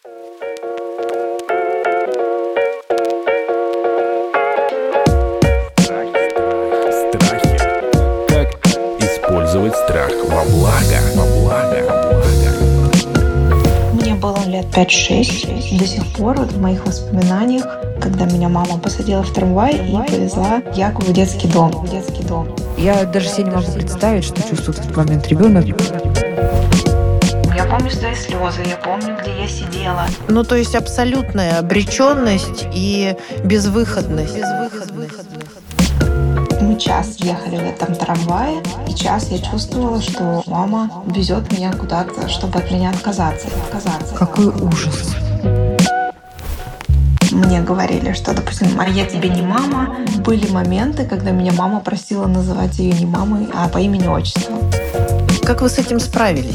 Использовать страх во благо. Мне было лет 5-6. До сих пор вот в моих воспоминаниях, когда меня мама посадила в трамвай и повезла якобы в детский дом. Я даже себе не могу представить, что чувствует в этот момент ребенок. Я помню свои слезы, я помню, где я сидела. Ну, то есть абсолютная обреченность и безвыходность. Мы час ехали в этом трамвае, и час я чувствовала, что мама везет меня куда-то, чтобы от меня отказаться. Какой ужас. Мне говорили, что, допустим, «А я тебе не мама». Были моменты, когда меня мама просила называть ее не мамой, а по имени-отчеству. Как вы с этим справились?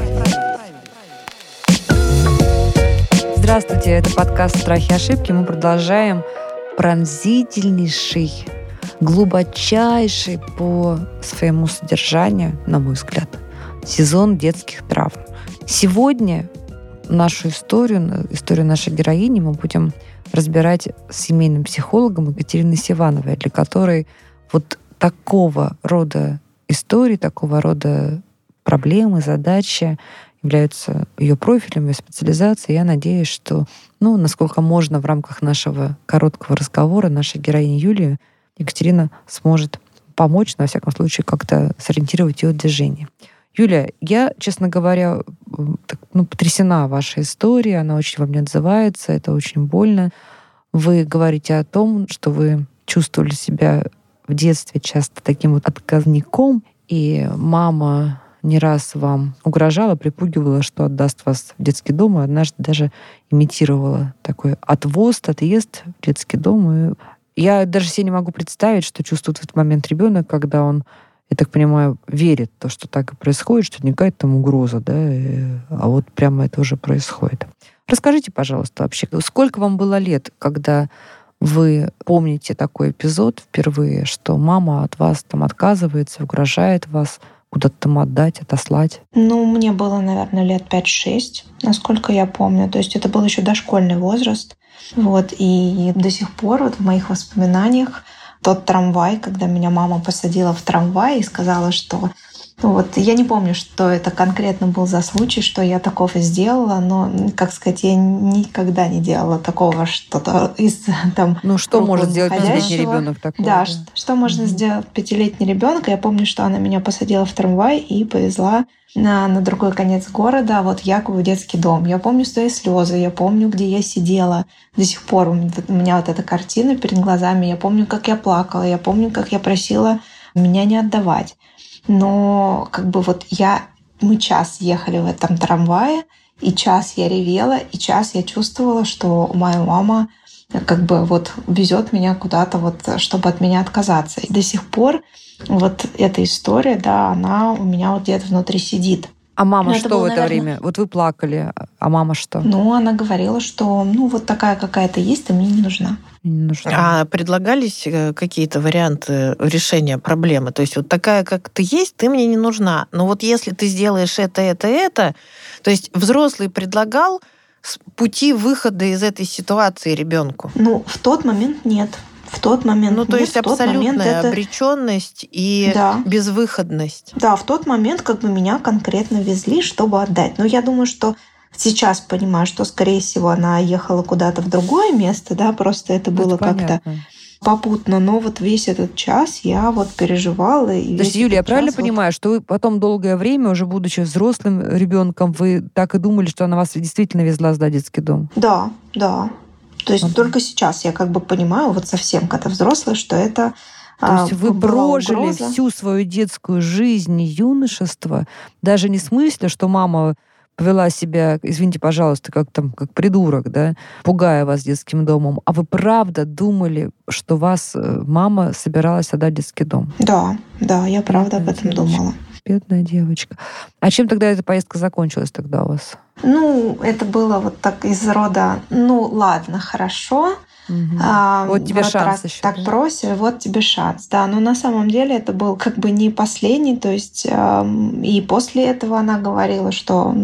Здравствуйте, это подкаст «Страхи и ошибки». Мы продолжаем пронзительнейший, глубочайший по своему содержанию, на мой взгляд, сезон детских травм. Сегодня нашу историю нашей героини мы будем разбирать с семейным психологом Екатериной Сивановой, для которой вот такого рода истории, такого рода проблемы, задачи являются ее профилем, ее специализацией. Я надеюсь, что, насколько можно в рамках нашего короткого разговора нашей героини Юлии Екатерина сможет помочь, во всяком случае, как-то сориентировать ее движение. Юля, я, честно говоря, потрясена вашей историей, она очень во мне отзывается, это очень больно. Вы говорите о том, что вы чувствовали себя в детстве часто таким вот отказником, и мама не раз вам угрожала, припугивала, что отдаст вас в детский дом, и однажды даже имитировала такой отъезд в детский дом. И я даже себе не могу представить, что чувствует в этот момент ребенок, когда он, я так понимаю, верит в то, что так и происходит, что не какая-то там угроза, да, а вот прямо это уже происходит. Расскажите, пожалуйста, вообще, сколько вам было лет, когда вы помните такой эпизод впервые, что мама от вас там отказывается, угрожает вас куда-то там отдать, отослать? Мне было, наверное, лет 5-6, насколько я помню. То есть это был еще дошкольный возраст. И до сих пор в моих воспоминаниях тот трамвай, когда меня мама посадила в трамвай и сказала, что... я не помню, что это конкретно был за случай, что я такого сделала, но, я никогда не делала такого что-то из там... что может сделать 5-летний ребенок такого? Да, что можно сделать 5-летний ребенок? Я помню, что она меня посадила в трамвай и повезла на другой конец города, якобы в детский дом. Я помню свои слезы, я помню, где я сидела. До сих пор у меня эта картина перед глазами. Я помню, как я плакала, я помню, как я просила меня не отдавать. Но мы час ехали в этом трамвае, и час я ревела, и час я чувствовала, что моя мама везет меня куда-то, чтобы от меня отказаться. И до сих пор эта история, да, она у меня где-то внутри сидит. А мама что в это время? Вы плакали, а мама что? Она говорила, что такая какая-то есть, ты мне не нужна. А предлагались какие-то варианты решения проблемы? То есть такая, как ты есть, ты мне не нужна. Но если ты сделаешь это, то есть взрослый предлагал пути выхода из этой ситуации ребенку? В тот момент нет. В тот момент то есть абсолютная обреченность и безвыходность. Да, в тот момент меня конкретно везли, чтобы отдать. Но я думаю, что сейчас понимаю, что, скорее всего, она ехала куда-то в другое место, да, просто это было как-то попутно. Но весь этот час я переживала. То есть, Юлия, я правильно понимаю, что вы потом долгое время, уже будучи взрослым ребенком, вы так и думали, что она вас действительно везла сдать детский дом? Да. То есть только сейчас я понимаю, совсем когда взрослая, что это То есть вы прожили всю свою детскую жизнь, юношество, даже не в смысле, что мама повела себя, извините, пожалуйста, как придурок, да, пугая вас детским домом, а вы правда думали, что вас мама собиралась отдать в детский дом? Да, я правда об этом думала. Бедная девочка. А чем тогда эта поездка закончилась тогда у вас? Это было так из рода, ладно, хорошо, Вот тебе шанс раз еще. так просишь, вот тебе шанс. Да, но на самом деле это был как бы не последний, то есть и после этого она говорила, что,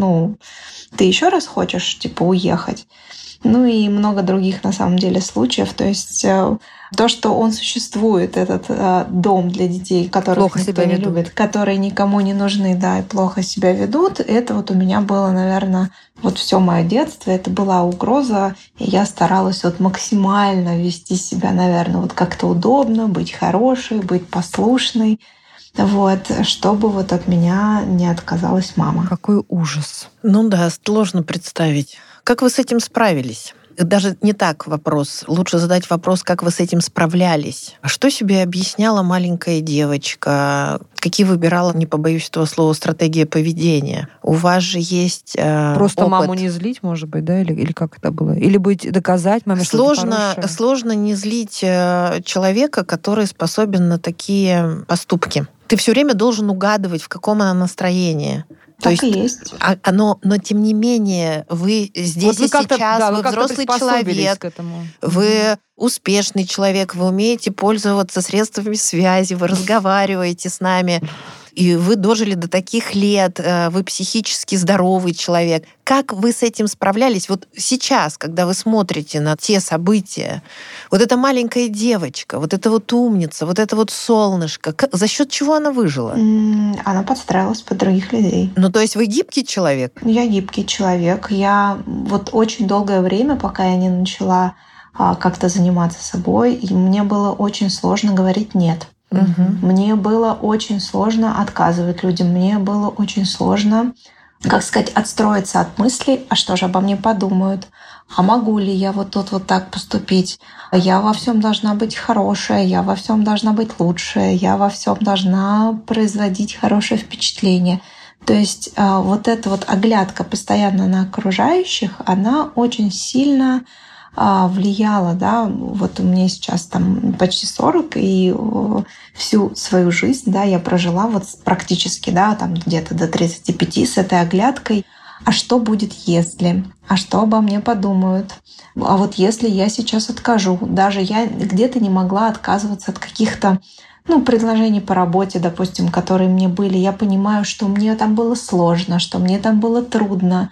ты еще раз хочешь, типа, уехать. Ну и много других, на самом деле, случаев. То есть то, что он существует, этот дом для детей, которых плохо никто себя не ведут. любит, которые никому не нужны, да, и плохо себя ведут, это вот у меня было, наверное, вот все мое детство. Это была угроза, и я старалась вот максимально вести себя, наверное, вот как-то удобно, быть хорошей, быть послушной. Вот, чтобы вот от меня не отказалась мама. Какой ужас. Ну да, сложно представить. Как вы с этим справились? Даже не так вопрос. Лучше задать вопрос, как вы с этим справлялись. А что себе объясняла маленькая девочка? Какие выбирала, не побоюсь этого слова, стратегия поведения? У вас же есть Просто опыт. маму не злить, может быть, да? Или как это было? Или доказать маме, что это хорошее? Сложно не злить человека, который способен на такие поступки. Ты все время должен угадывать, в каком она настроении. Так и есть. Но тем не менее, вы здесь вот вы и сейчас, вы как-то взрослый человек, к этому. вы успешный человек, вы умеете пользоваться средствами связи, вы разговариваете с нами, и вы дожили до таких лет, вы психически здоровый человек. Как вы с этим справлялись? Вот сейчас, когда вы смотрите на те события, вот эта маленькая девочка, вот эта вот умница, вот это вот солнышко, за счет чего она выжила? Она подстраивалась под других людей. Ну, то есть вы гибкий человек? Я гибкий человек. Я вот очень долгое время, пока я не начала как-то заниматься собой, и мне было очень сложно говорить «нет». Мне было очень сложно отказывать людям. Мне было очень сложно, как сказать, отстроиться от мыслей, а что же обо мне подумают, а могу ли я вот тут вот так поступить, я во всем должна быть хорошая, я во всем должна быть лучшая, я во всем должна производить хорошее впечатление. То есть вот эта вот оглядка постоянно на окружающих, она очень сильно влияла, да, вот мне сейчас там почти 40, и всю свою жизнь, да, я прожила вот практически, да, там где-то до 35 с этой оглядкой. А что будет, если? А что обо мне подумают? А вот если я сейчас откажу? Даже я где-то не могла отказываться от каких-то предложений по работе, допустим, которые мне были. Я понимаю, что мне там было сложно, что мне там было трудно,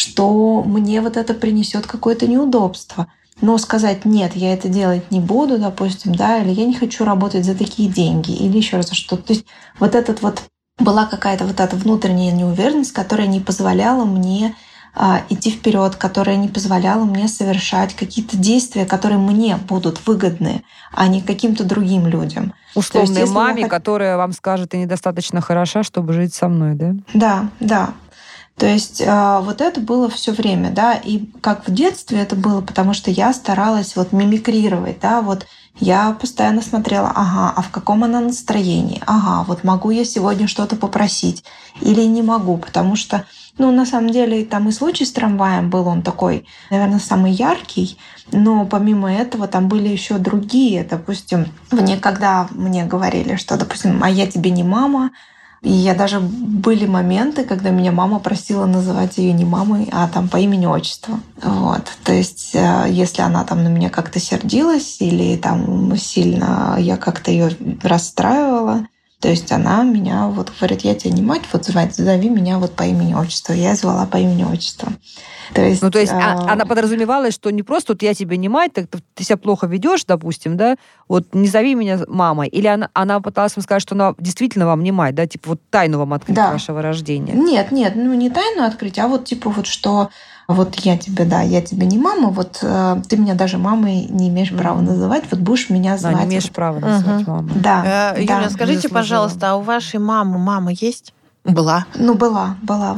что мне вот это принесет какое-то неудобство. Но сказать «нет, я это делать не буду», допустим, да, или «я не хочу работать за такие деньги», или еще раз что-то. То есть вот этот вот была какая-то вот эта внутренняя неуверенность, которая не позволяла мне идти вперед, которая не позволяла мне совершать какие-то действия, которые мне будут выгодны, а не каким-то другим людям. Условной маме, которая вам скажет: «Ты недостаточно хороша, чтобы жить со мной», да? Да. То есть вот это было все время, да, и как в детстве это было, потому что я старалась вот мимикрировать, да, вот я постоянно смотрела, а в каком она настроении, вот могу я сегодня что-то попросить или не могу, потому что, на самом деле, там и случай с трамваем был, он такой, наверное, самый яркий, но помимо этого там были еще другие, допустим, когда мне говорили, что, допустим, а я тебе не мама. И я даже были моменты, когда меня мама просила называть ее не мамой, а там по имени-отчеству. Вот. То есть, если она там на меня как-то сердилась или там сильно я как-то ее расстраивала, то есть она меня вот говорит: я тебя не мать, вот зови меня вот по имени-отчеству. Я звала по имени-отчеству. То есть, она подразумевала, что не просто вот я тебе не мать, ты себя плохо ведешь, допустим, да, вот не зови меня мамой. Или она пыталась вам сказать, что она действительно вам не мать, да, типа вот тайну вам открыть вашего рождения. Нет, не тайну открыть, а вот типа вот что вот я тебе не мама, вот ты меня даже мамой не имеешь права называть, вот будешь меня звать. Да, не имеешь права называть мамой. Да. Юля, скажите, пожалуйста, а у вашей мама есть? Была? Была,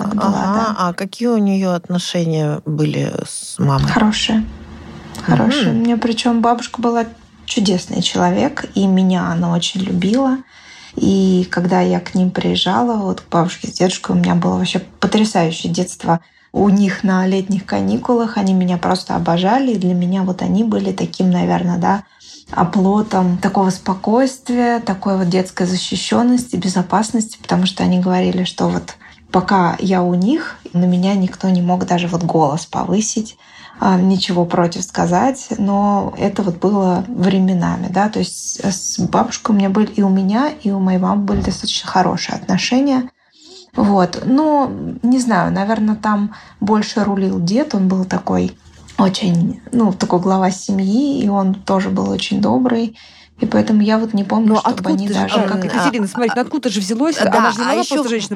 да. А какие у нее отношения были с мамой? Хорошие. Мне причем бабушка была чудесный человек, и меня она очень любила. И когда я к ним приезжала, вот к бабушке с дедушкой, у меня было вообще потрясающее детство. У них на летних каникулах они меня просто обожали, и для меня вот они были таким, наверное, да, оплотом такого спокойствия, такой вот детской защищенности, безопасности, потому что они говорили, что вот пока я у них, на меня никто не мог даже вот голос повысить, ничего против сказать, но это вот было временами, да, то есть с бабушкой у меня были и у меня, и у моей мамы были достаточно хорошие отношения. Вот. Но, не знаю, наверное, там больше рулил дед, он был такой очень, такой глава семьи, и он тоже был очень добрый. И поэтому я вот не помню, чтобы они даже... Екатерина, смотрите, откуда же взялось? Да, она же не могла просто женщина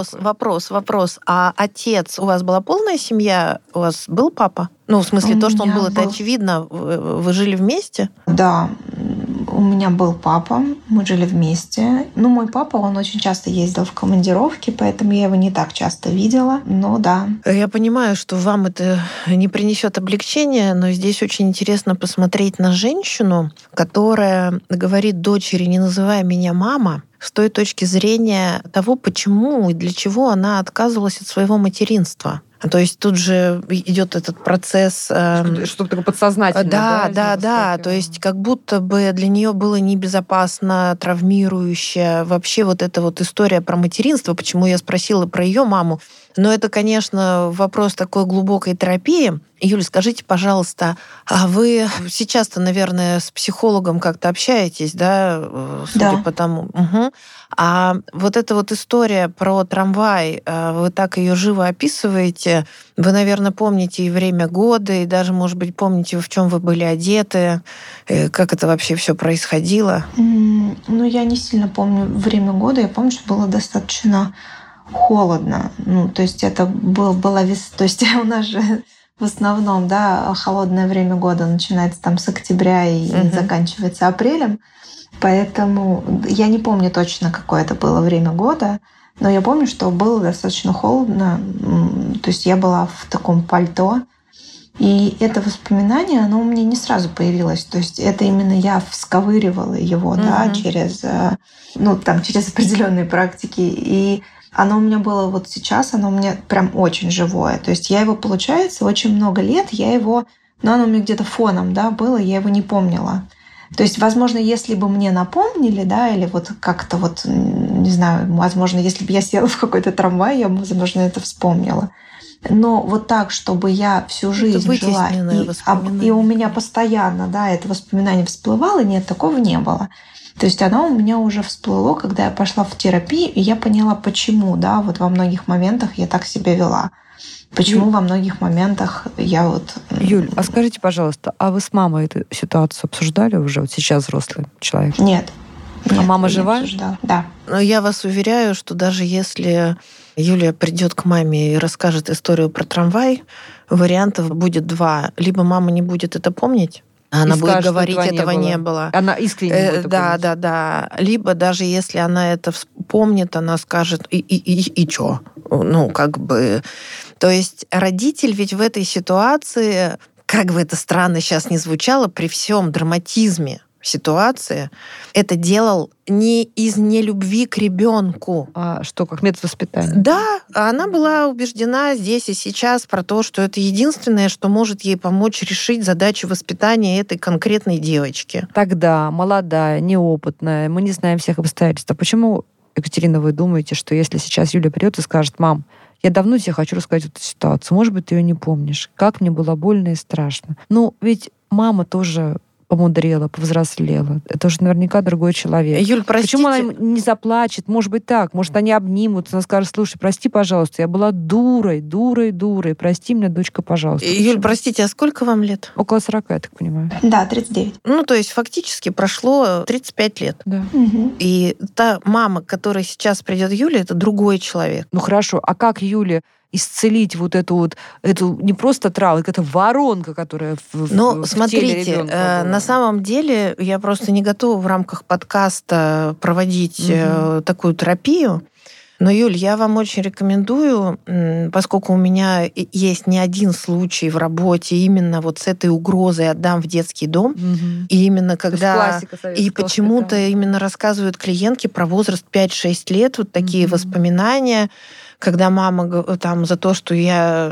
вопрос. А отец, у вас была полная семья? У вас был папа? Ну, в смысле, то, что он был, это очевидно. Вы жили вместе? Да, у меня был папа, мы жили вместе. Мой папа, он очень часто ездил в командировки, поэтому я его не так часто видела, но да. Я понимаю, что вам это не принесет облегчения, но здесь очень интересно посмотреть на женщину, которая говорит дочери: «Не называй меня мама», с той точки зрения того, почему и для чего она отказывалась от своего материнства. То есть тут же идет этот процесс... Что-то такое подсознательное. Да. То есть как будто бы для нее было небезопасно, травмирующе. Вообще вот эта вот история про материнство, почему я спросила про ее маму. Но это, конечно, вопрос такой глубокой терапии. Юля, скажите, пожалуйста, а вы сейчас-то, наверное, с психологом как-то общаетесь, да? Судя по тому. Угу. А вот эта вот история про трамвай, вы так ее живо описываете. Вы, наверное, помните и время года, и даже, может быть, помните, в чем вы были одеты, как это вообще все происходило? Я не сильно помню время года. Я помню, что было достаточно холодно. То есть это была весна. То есть у нас же в основном, да, холодное время года начинается там с октября и заканчивается апрелем. Поэтому я не помню точно, какое это было время года, но я помню, что было достаточно холодно. То есть я была в таком пальто. И это воспоминание, оно у меня не сразу появилось. То есть это именно я всковыривала его, да, через определенные практики. И оно у меня было вот сейчас, оно у меня прям очень живое. То есть я его, получается, очень много лет, оно у меня где-то фоном, да, было, я его не помнила. То есть, возможно, если бы мне напомнили, да, или вот как-то вот, не знаю, возможно, если бы я села в какой-то трамвай, я, возможно, это вспомнила. Но вот так, чтобы я всю жизнь жила, и у меня постоянно, да, это воспоминание всплывало, нет, такого не было. То есть оно у меня уже всплыло, когда я пошла в терапию, и я поняла, почему, да, вот во многих моментах я так себя вела. Почему во многих моментах я вот... Юль, а скажите, пожалуйста, а вы с мамой эту ситуацию обсуждали уже, вот сейчас взрослый человек? Нет. А мама жива? Да. Но я вас уверяю, что даже если Юлия придет к маме и расскажет историю про трамвай, вариантов будет два. Либо мама не будет это помнить, она будет говорить, этого не было. Она искренне будет это помнить. Да. Либо даже если она это вспомнит, она скажет, и чё? То есть родитель ведь в этой ситуации, как бы это странно сейчас ни звучало, при всем драматизме ситуации, это делал не из нелюбви к ребенку. А что, как метод воспитания? Да, она была убеждена здесь и сейчас про то, что это единственное, что может ей помочь решить задачу воспитания этой конкретной девочки. Тогда, молодая, неопытная, мы не знаем всех обстоятельств. А почему, Екатерина, вы думаете, что если сейчас Юля придет и скажет: «Мам, я давно тебе хочу рассказать эту ситуацию, может быть, ты ее не помнишь, как мне было больно и страшно». Ведь мама тоже помудрела, повзрослела. Это уже наверняка другой человек. Юль, простите. Почему она не заплачет? Может быть, так. Может, они обнимутся, она скажет: «Слушай, прости, пожалуйста, я была дурой. Прости меня, дочка, пожалуйста». Юль, простите, а сколько вам лет? Около 40, я так понимаю. Да, 39. То есть фактически прошло 35 лет. Да. Угу. И та мама, которая сейчас придет Юля, это другой человек. Хорошо, а как Юля исцелить вот эту не просто травму, это воронка, которая в смотрите, теле ребенка была. На самом деле я просто не готова в рамках подкаста проводить такую терапию. Но, Юль, я вам очень рекомендую, поскольку у меня есть не один случай в работе именно вот с этой угрозой «отдам в детский дом», и именно когда... И почему-то именно рассказывают клиентки про возраст 5-6 лет, вот такие воспоминания, когда мама там за то, что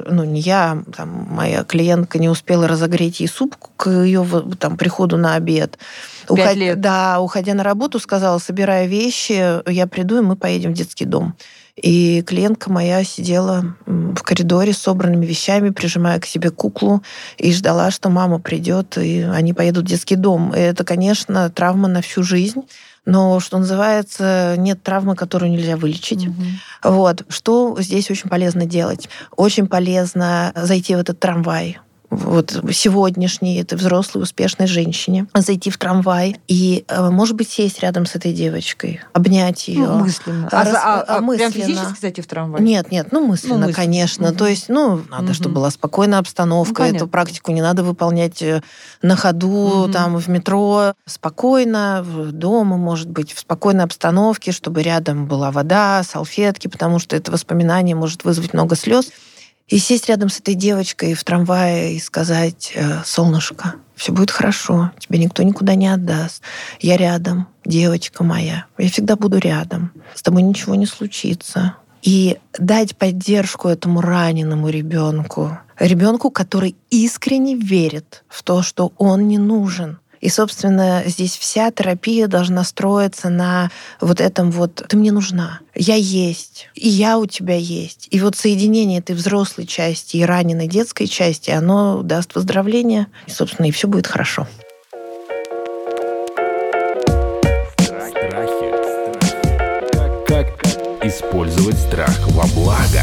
моя клиентка не успела разогреть ей суп к ее приходу на обед. 5 лет. Да, уходя на работу, сказала: «Собирай вещи, я приду, и мы поедем в детский дом». И клиентка моя сидела в коридоре с собранными вещами, прижимая к себе куклу, и ждала, что мама придет, и они поедут в детский дом. И это, конечно, травма на всю жизнь. Но, что называется, нет травмы, которую нельзя вылечить. Вот. Что здесь очень полезно делать? Очень полезно зайти в этот трамвай. Вот сегодняшней этой взрослой, успешной женщине зайти в трамвай и, может быть, сесть рядом с этой девочкой, обнять ее. Мысленно. Мысленно. Прям физически зайти в трамвай? Нет, мысленно, конечно. То есть, надо, чтобы была спокойная обстановка. Эту практику не надо выполнять на ходу, там, в метро. Спокойно, дома, может быть, в спокойной обстановке, чтобы рядом была вода, салфетки, потому что это воспоминание может вызвать много слез. И сесть рядом с этой девочкой в трамвае и сказать: солнышко, все будет хорошо, тебя никто никуда не отдаст. Я рядом, девочка моя, я всегда буду рядом. С тобой ничего не случится. И дать поддержку этому раненому ребенку, который искренне верит в то, что он не нужен. И, собственно, здесь вся терапия должна строиться на вот этом вот: ты мне нужна, я есть, и я у тебя есть. И вот соединение этой взрослой части и раненой детской части, оно даст выздоровление, и, собственно, и все будет хорошо. Страхи. Как использовать страх во благо?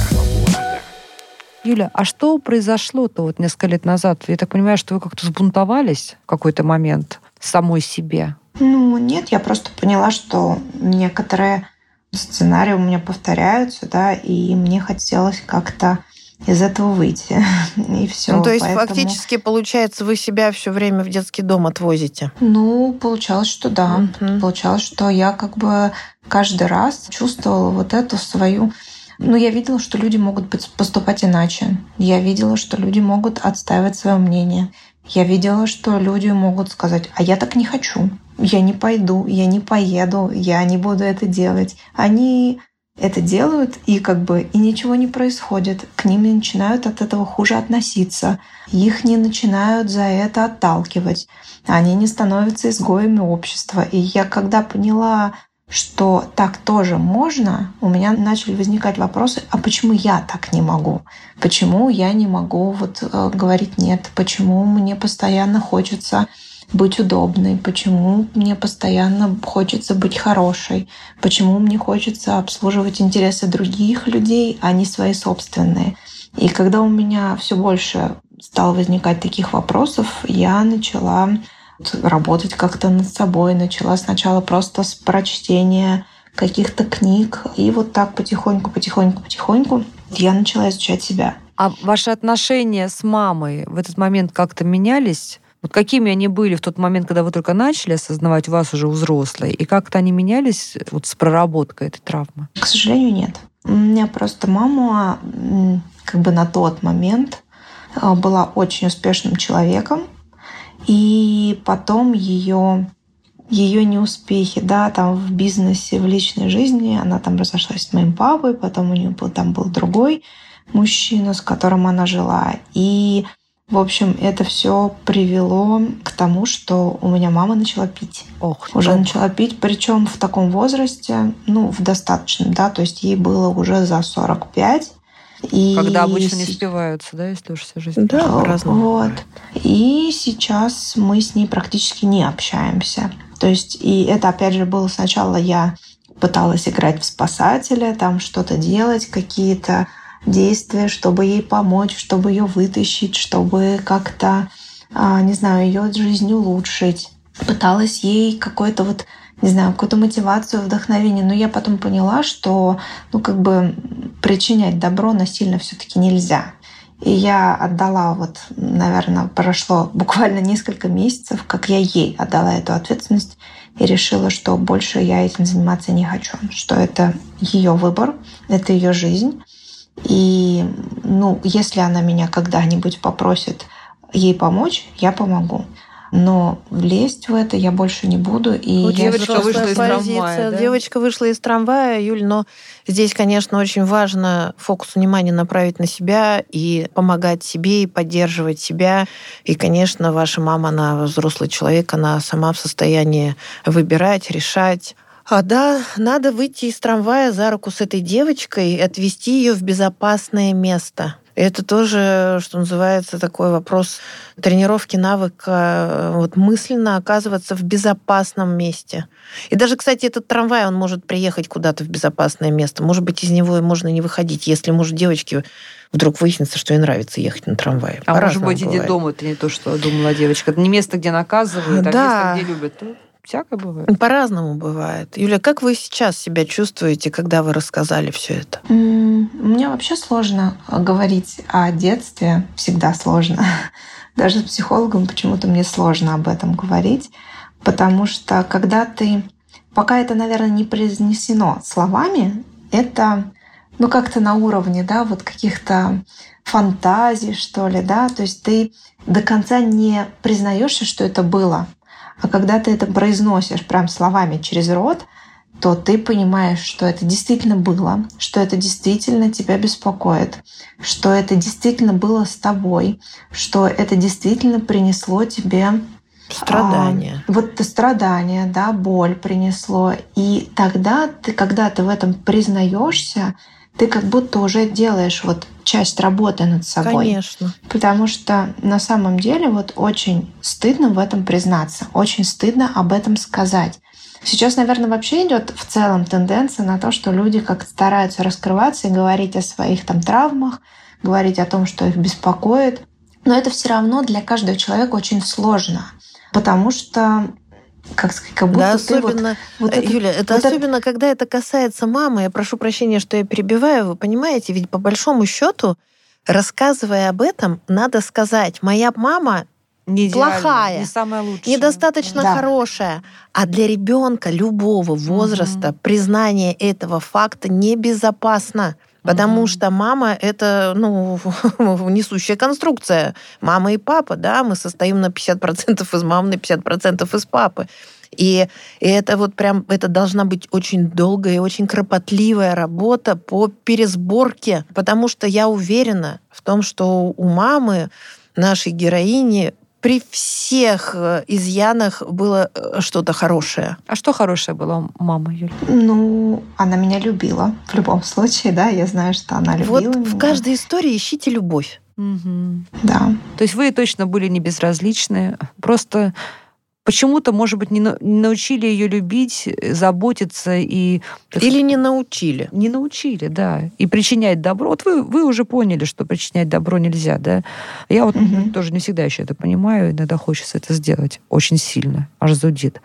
Юля, а что произошло-то вот несколько лет назад? Я так понимаю, что вы как-то взбунтовались в какой-то момент самой себе. Нет, я просто поняла, что некоторые сценарии у меня повторяются, да, и мне хотелось как-то из этого выйти. И все. То есть, фактически, получается, вы себя все время в детский дом отвозите? Получалось, что да. Получалось, что я как бы каждый раз чувствовала вот эту свою... я видела, что люди могут поступать иначе. Я видела, что люди могут отстаивать свое мнение. Я видела, что люди могут сказать: а я так не хочу, я не пойду, я не поеду, я не буду это делать. Они это делают, и и ничего не происходит. К ним начинают от этого хуже относиться. Их не начинают за это отталкивать. Они не становятся изгоями общества. И я когда поняла, что так тоже можно, у меня начали возникать вопросы: а почему я так не могу? Почему я не могу говорить «нет»? Почему мне постоянно хочется быть удобной? Почему мне постоянно хочется быть хорошей? Почему мне хочется обслуживать интересы других людей, а не свои собственные? И когда у меня все больше стало возникать таких вопросов, я начала работать как-то над собой. Начала сначала просто с прочтения каких-то книг. И вот так потихоньку я начала изучать себя. А ваши отношения с мамой в этот момент как-то менялись? Вот какими они были в тот момент, когда вы только начали осознавать вас уже взрослой? И как-то они менялись с проработкой этой травмы? К сожалению, нет. У меня просто мама на тот момент была очень успешным человеком. И потом ее неуспехи, да, там в бизнесе, в личной жизни, она там разошлась с моим папой, потом у нее был другой мужчина, с которым она жила. И, в общем, это все привело к тому, что у меня мама начала пить. Начала пить, причем в таком возрасте, в достаточном, да, то есть ей было уже за 45. Когда обычно не спиваются, да, если уж всю жизнь. Да, по-разному. Вот. И сейчас мы с ней практически не общаемся. То есть, и это, опять же, было сначала я пыталась играть в спасателя, там что-то делать, какие-то действия, чтобы ей помочь, чтобы ее вытащить, чтобы как-то, ее жизнь улучшить. Пыталась ей какую-то мотивацию, вдохновение. Но я потом поняла, что, причинять добро насильно все-таки нельзя. И я отдала, наверное, прошло буквально несколько месяцев, как я ей отдала эту ответственность и решила, что больше я этим заниматься не хочу, что это ее выбор, это ее жизнь. И, если она меня когда-нибудь попросит ей помочь, я помогу. Но влезть в это я больше не буду. И девочка вышла из трамвая. Да? Девочка вышла из трамвая, Юль, но здесь, конечно, очень важно фокус внимания направить на себя и помогать себе, и поддерживать себя. И, конечно, ваша мама, она взрослый человек, она сама в состоянии выбирать, решать. Да, надо выйти из трамвая за руку с этой девочкой и отвезти ее в безопасное место. Это тоже, что называется, такой вопрос тренировки навыка мысленно оказываться в безопасном месте. И даже, кстати, этот трамвай, он может приехать куда-то в безопасное место. Может быть, из него можно не выходить, если, может, девочке вдруг выяснится, что ей нравится ехать на трамвае. А может быть, и детдом это не то, что думала девочка. Это не место, где наказывают, а место, где любят. Всякое бывает. По-разному бывает. Юля, как вы сейчас себя чувствуете, когда вы рассказали все это? Мне вообще сложно говорить о детстве. Всегда сложно. Даже с психологом почему-то мне сложно об этом говорить. Потому что когда пока это, наверное, не произнесено словами, это как-то на уровне, каких-то фантазий, что ли, То есть ты до конца не признаешься, что это было. А когда ты это произносишь прям словами через рот, то ты понимаешь, что это действительно было, что это действительно тебя беспокоит, что это действительно было с тобой, что это действительно принесло тебе страдания. Страдания, боль принесло. И тогда когда ты в этом признаешься, ты как будто уже делаешь часть работы над собой. Конечно. Потому что на самом деле очень стыдно в этом признаться, очень стыдно об этом сказать. Сейчас, наверное, вообще идет в целом тенденция на то, что люди как-то стараются раскрываться и говорить о своих травмах, говорить о том, что их беспокоит. Но это все равно для каждого человека очень сложно, потому что как будто да, особенно, Юля, это особенно, когда это касается мамы. Я прошу прощения, что я перебиваю. Вы понимаете, ведь по большому счету, рассказывая об этом, надо сказать: моя мама не плохая, не самая лучшая, недостаточно хорошая. А для ребенка любого возраста признание этого факта небезопасно. Потому что мама — это несущая конструкция. Мама и папа, мы состоим на 50% из мамы, на 50% из папы. И это это должна быть очень долгая и очень кропотливая работа по пересборке. Потому что я уверена в том, что у мамы, нашей героини, при всех изъянах было что-то хорошее. А что хорошее было у мамы, Юль? Она меня любила. В любом случае, я знаю, что она любила меня. В каждой истории ищите любовь. Угу. Да. То есть вы точно были не безразличны. Просто почему-то, может быть, не научили ее любить, заботиться и... Или не научили. Не научили, да. И причинять добро. Вы уже поняли, что причинять добро нельзя, да? Я тоже не всегда еще это понимаю. Иногда хочется это сделать очень сильно. Аж зудит.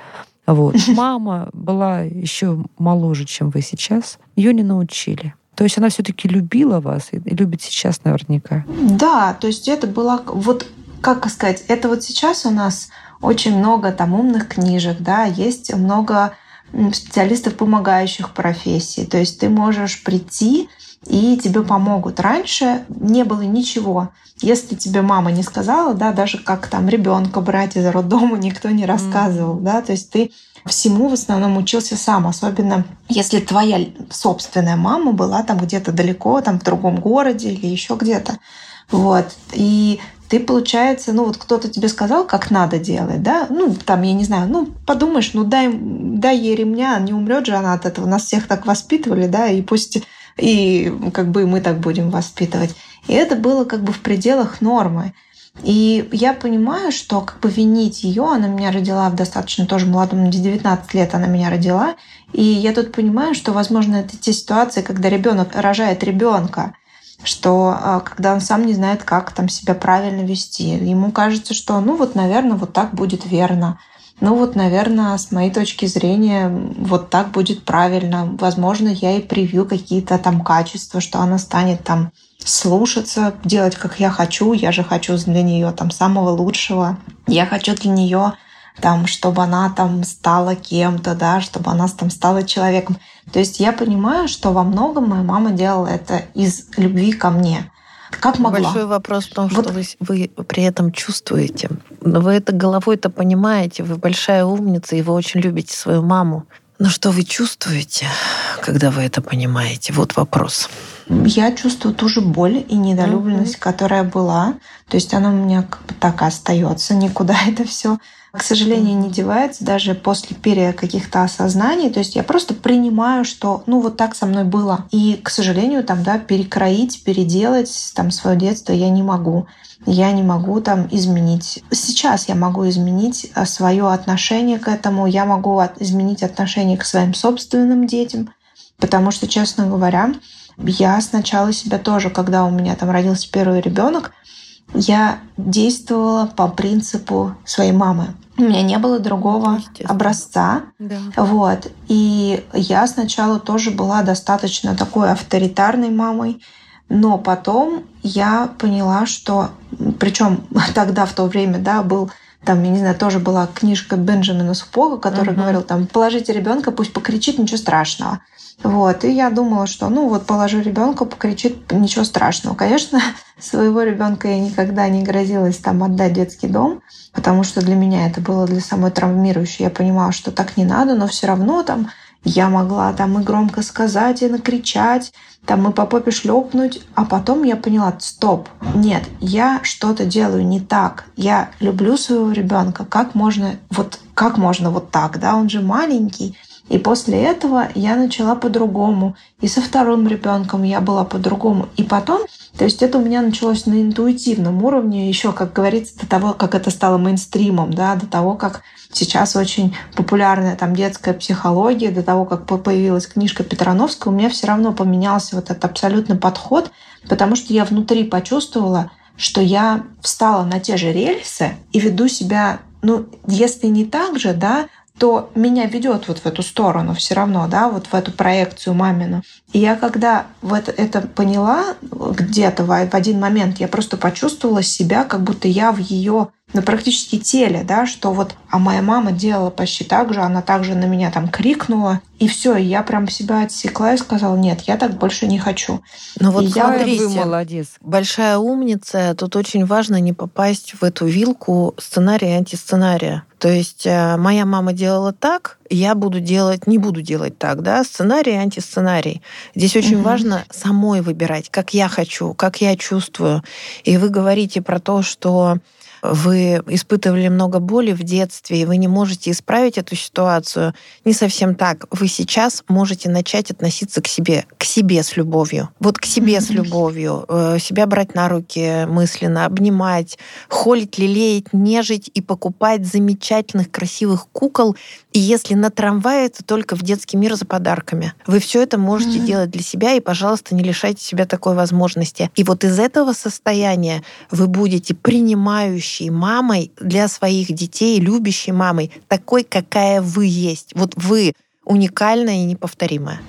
Мама была еще моложе, чем вы сейчас. Ее не научили. То есть она все-таки любила вас и любит сейчас наверняка. Да, то есть это было... как сказать, это сейчас у нас очень много умных книжек, есть много специалистов, помогающих профессии. То есть ты можешь прийти, и тебе помогут. Раньше не было ничего. Если тебе мама не сказала, даже как ребенка брать из роддома, никто не рассказывал. То есть ты всему в основном учился сам, особенно если твоя собственная мама была где-то далеко, в другом городе или еще где-то. И ты, получается, кто-то тебе сказал, как надо делать, я не знаю, подумаешь, дай ей ремня, не умрет же она от этого. Нас всех так воспитывали, и пусть и мы так будем воспитывать. И это было в пределах нормы. И я понимаю, что винить ее, она меня родила в достаточно тоже молодом, 19 лет она меня родила, и я тут понимаю, что, возможно, это те ситуации, когда ребенок рожает ребенка, что когда он сам не знает, как себя правильно вести. Ему кажется, что, наверное, так будет верно. Наверное, с моей точки зрения, так будет правильно. Возможно, я ей привью какие-то качества, что она станет слушаться, делать, как я хочу. Я же хочу для нее самого лучшего. Я хочу для нее чтобы она стала кем-то, чтобы она стала человеком. То есть я понимаю, что во многом моя мама делала это из любви ко мне. Как могла. Большой вопрос в том, что вы при этом чувствуете. Вы это головой-то понимаете, вы большая умница, и вы очень любите свою маму. Но что вы чувствуете, когда вы это понимаете? Вот вопрос. Я чувствую ту же боль и недолюбленность, которая была. То есть она у меня так и остается. Никуда это все к сожалению, не девается даже после каких-то осознаний. То есть я просто принимаю, что вот так со мной было. И, к сожалению, перекроить, переделать свое детство я не могу. Я не могу изменить. Сейчас я могу изменить свое отношение к этому. Я могу изменить отношение к своим собственным детям. Потому что, честно говоря, я сначала себя тоже, когда у меня родился первый ребенок, я действовала по принципу своей мамы. У меня не было другого образца. Да. И я сначала тоже была достаточно такой авторитарной мамой. Но потом я поняла, что... Причем тогда, в то время, был... я не знаю, тоже была книжка Бенджамина Супога, который говорил, положите ребенка, пусть покричит, ничего страшного. И я думала, что положу ребенка, покричит, ничего страшного. Конечно, своего ребенка я никогда не грозилась отдать в детский дом, потому что для меня это было для самой травмирующей. Я понимала, что так не надо, но все равно я могла и громко сказать, и накричать, и по попе шлепнуть. А потом я поняла, стоп, нет, я что-то делаю не так. Я люблю своего ребенка. Как можно вот так, да? Он же маленький. И после этого я начала по-другому. И со вторым ребенком я была по-другому. И потом, то есть это у меня началось на интуитивном уровне, еще, как говорится, до того, как это стало мейнстримом, да, до того, как сейчас очень популярная детская психология, до того, как появилась книжка Петрановского, у меня все равно поменялся этот абсолютный подход, потому что я внутри почувствовала, что я встала на те же рельсы и веду себя, если не так же, да, то меня ведет в эту сторону все равно, да, в эту проекцию мамину. И я когда это поняла где-то в один момент, я просто почувствовала себя, как будто я в ее практически теле, да, что а моя мама делала почти так же, она также на меня крикнула, и все, и я прям себя отсекла и сказала, нет, я так больше не хочу. Но смотрите, вы молодец. Большая умница, тут очень важно не попасть в эту вилку сценария и антисценария. То есть моя мама делала так, я не буду делать так, да, сценарий и антисценарий. Здесь очень важно самой выбирать, как я хочу, как я чувствую. И вы говорите про то, что вы испытывали много боли в детстве, и вы не можете исправить эту ситуацию. Не совсем так. Вы сейчас можете начать относиться к себе с любовью. К себе с любовью. Себя брать на руки мысленно, обнимать, холить, лелеять, нежить и покупать замечательных, красивых кукол. И если на трамвае, то только в детский мир за подарками. Вы все это можете делать для себя, и, пожалуйста, не лишайте себя такой возможности. И из этого состояния вы будете принимающей мамой для своих детей, любящей мамой, такой, какая вы есть. Вы уникальная и неповторимая.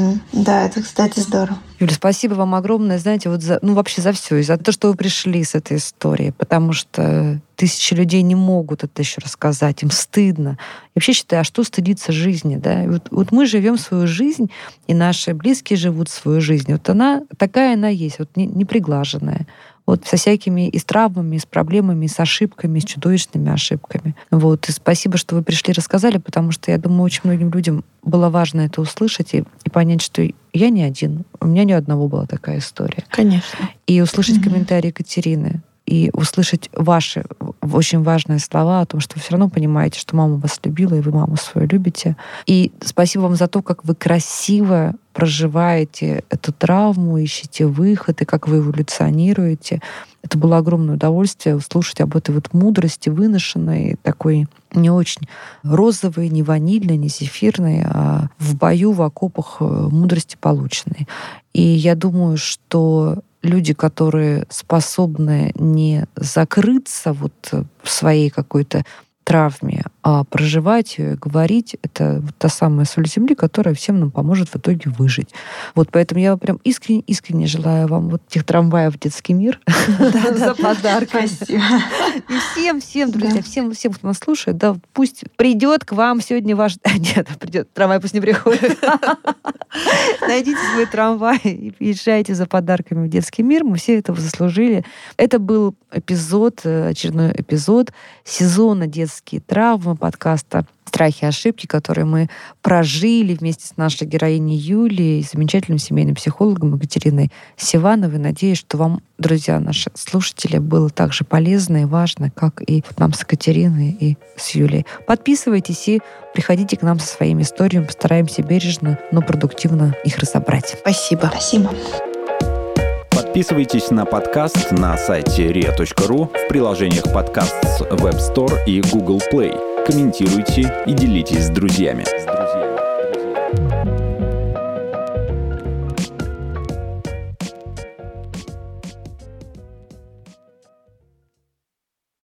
Да, это, кстати, здорово. Юля, спасибо вам огромное, знаете, вообще за все, и за то, что вы пришли с этой историей, потому что тысячи людей не могут это еще рассказать, им стыдно. Я вообще считаю, а что стыдиться жизни, да? Мы живем свою жизнь, и наши близкие живут свою жизнь. Она такая она есть, неприглаженная. Со всякими и с травмами, и с проблемами, и с ошибками, и с чудовищными ошибками. И спасибо, что вы пришли и рассказали, потому что, я думаю, очень многим людям было важно это услышать и понять, что я не один. У меня ни у одного была такая история. Конечно. И услышать комментарии Екатерины, и услышать ваши очень важные слова о том, что вы все равно понимаете, что мама вас любила, и вы маму свою любите. И спасибо вам за то, как вы красиво проживаете эту травму, ищете выход, и как вы эволюционируете. Это было огромное удовольствие услышать об этой мудрости, выношенной, такой не очень розовой, не ванильной, не зефирной, а в бою, в окопах мудрости полученной. И я думаю, что люди, которые способны не закрыться в своей какой-то травме, а проживать ее и говорить, это та самая соль земли, которая всем нам поможет в итоге выжить. Поэтому я прям искренне желаю вам этих трамваев в детский мир за подарок. Спасибо. И всем, друзья, всем, кто нас слушает, да, пусть придет к вам сегодня ваш... Нет, придет, трамвай пусть не приходит. Найдите свой трамвай и езжайте за подарками в детский мир. Мы все этого заслужили. Это был очередной эпизод сезона детских детские травмы, подкаста «Страхи и ошибки», которые мы прожили вместе с нашей героиней Юлией, замечательным семейным психологом Екатериной Сивановой. Надеюсь, что вам, друзья, наши слушатели, было так же полезно и важно, как и нам с Екатериной и с Юлией. Подписывайтесь и приходите к нам со своими историями. Постараемся бережно, но продуктивно их разобрать. Спасибо. Спасибо. Подписывайтесь на подкаст на сайте ria.ru, в приложениях подкаст с Web Store и Google Play. Комментируйте и делитесь с друзьями.